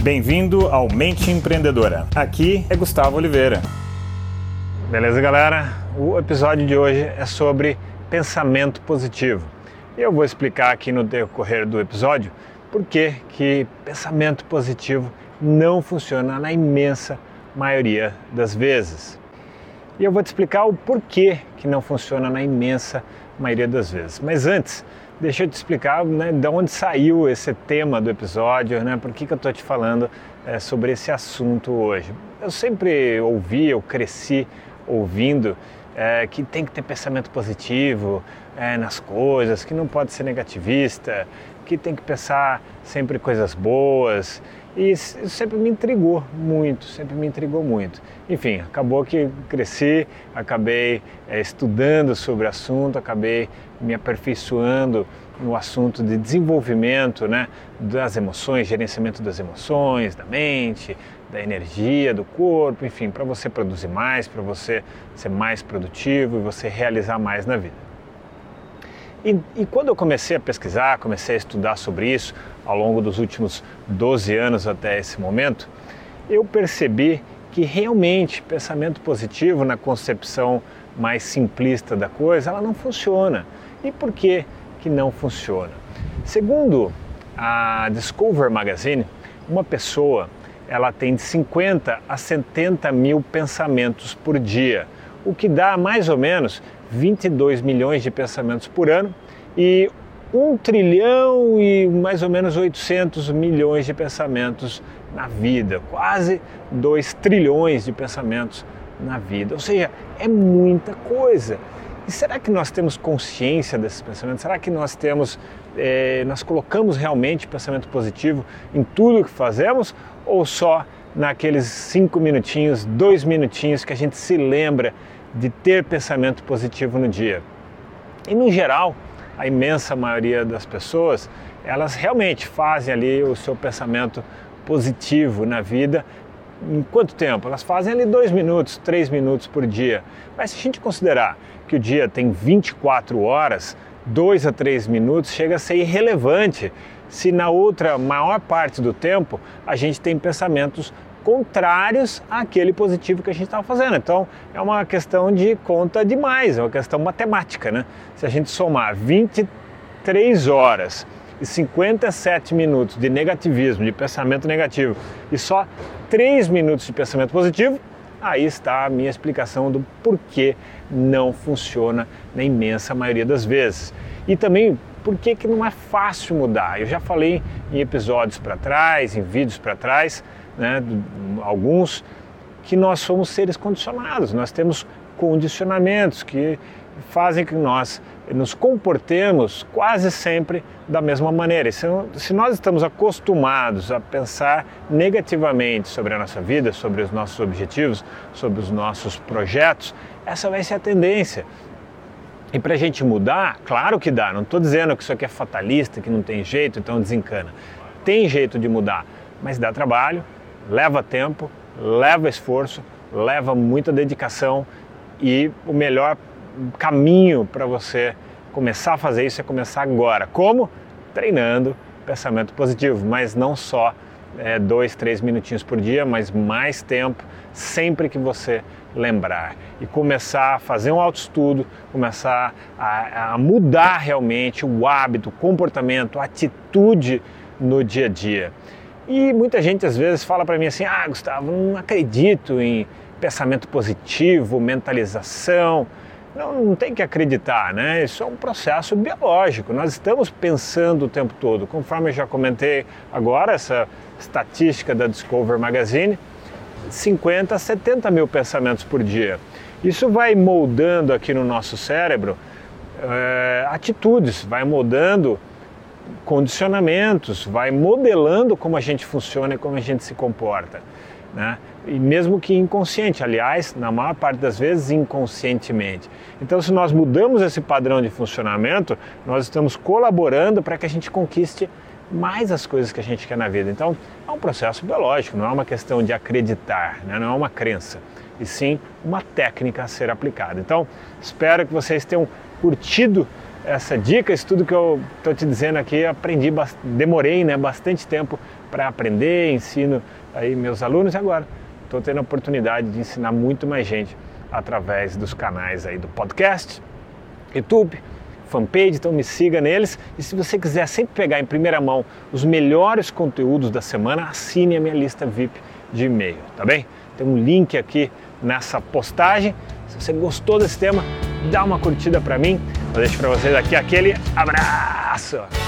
Bem-vindo ao Mente Empreendedora. Aqui é Gustavo Oliveira. Beleza, galera? O episódio de hoje é sobre pensamento positivo. E eu vou explicar aqui no decorrer do episódio por que pensamento positivo não funciona na imensa maioria das vezes. E eu vou te explicar o porquê que não funciona na imensa maioria das vezes. Mas antes, deixa eu te explicar, de onde saiu esse tema do episódio, por que eu estou te falando sobre esse assunto hoje. Eu sempre ouvi, eu cresci ouvindo que tem que ter pensamento positivo nas coisas, que não pode ser negativista, que tem que pensar sempre coisas boas. E isso sempre me intrigou muito. Enfim, acabou que cresci, acabei estudando sobre o assunto, acabei me aperfeiçoando no assunto de desenvolvimento, das emoções, gerenciamento das emoções, da mente, da energia, do corpo, enfim, para você produzir mais, para você ser mais produtivo e você realizar mais na vida. E quando eu comecei a pesquisar, comecei a estudar sobre isso ao longo dos últimos 12 anos até esse momento, eu percebi que realmente pensamento positivo na concepção mais simplista da coisa, ela não funciona. E por que não funciona? Segundo a Discover Magazine, uma pessoa ela tem de 50 a 70 mil pensamentos por dia, o que dá mais ou menos 22 milhões de pensamentos por ano e 1 trilhão e mais ou menos 800 milhões de pensamentos na vida, quase 2 trilhões de pensamentos na vida, ou seja, é muita coisa. E será que nós temos consciência desses pensamentos? Será que nós nós colocamos realmente pensamento positivo em tudo que fazemos ou só naqueles 5 minutinhos, 2 minutinhos que a gente se lembra de ter pensamento positivo no dia? E no geral, a imensa maioria das pessoas, elas realmente fazem ali o seu pensamento positivo na vida. Em quanto tempo? Elas fazem ali 2 minutos, 3 minutos por dia. Mas se a gente considerar que o dia tem 24 horas, 2 a 3 minutos chega a ser irrelevante se na outra maior parte do tempo a gente tem pensamentos contrários àquele positivo que a gente estava fazendo. Então é uma questão de conta demais, é uma questão matemática, Se a gente somar 23 horas e 57 minutos de negativismo, de pensamento negativo e só 3 minutos de pensamento positivo, aí está a minha explicação do porquê não funciona na imensa maioria das vezes. E também por que não é fácil mudar. Eu já falei em episódios para trás, em vídeos para trás, alguns, que nós somos seres condicionados, nós temos condicionamentos que fazem que nós nos comportemos quase sempre da mesma maneira. E se nós estamos acostumados a pensar negativamente sobre a nossa vida, sobre os nossos objetivos, sobre os nossos projetos, essa vai ser a tendência. E para a gente mudar, claro que dá, não estou dizendo que isso aqui é fatalista, que não tem jeito, então desencana. Tem jeito de mudar, mas dá trabalho, leva tempo, leva esforço, leva muita dedicação e o melhor caminho para você começar a fazer isso é começar agora. Como? Treinando pensamento positivo, mas não só 2, 3 minutinhos por dia, mas mais tempo, sempre que você lembrar. E começar a fazer um autoestudo, começar a mudar realmente o hábito, o comportamento, a atitude no dia a dia. E muita gente às vezes fala para mim assim, Gustavo, não acredito em pensamento positivo, mentalização. Não tem que acreditar, Isso é um processo biológico, nós estamos pensando o tempo todo. Conforme eu já comentei agora, essa estatística da Discover Magazine, 50 a 70 mil pensamentos por dia. Isso vai moldando aqui no nosso cérebro atitudes, vai moldando condicionamentos, vai modelando como a gente funciona e como a gente se comporta, E mesmo que inconsciente, aliás, na maior parte das vezes inconscientemente. Então, se nós mudamos esse padrão de funcionamento, nós estamos colaborando para que a gente conquiste mais as coisas que a gente quer na vida. Então, é um processo biológico, não é uma questão de acreditar, não é uma crença, e sim uma técnica a ser aplicada. Então, espero que vocês tenham curtido essa dica, isso tudo que eu estou te dizendo aqui, aprendi, demorei bastante tempo para aprender, ensino aí meus alunos e agora estou tendo a oportunidade de ensinar muito mais gente através dos canais aí do podcast, YouTube, fanpage, então me siga neles. E se você quiser sempre pegar em primeira mão os melhores conteúdos da semana, assine a minha lista VIP de e-mail, tá bem? Tem um link aqui nessa postagem. Se você gostou desse tema, dá uma curtida para mim. Eu deixo para vocês aqui aquele abraço!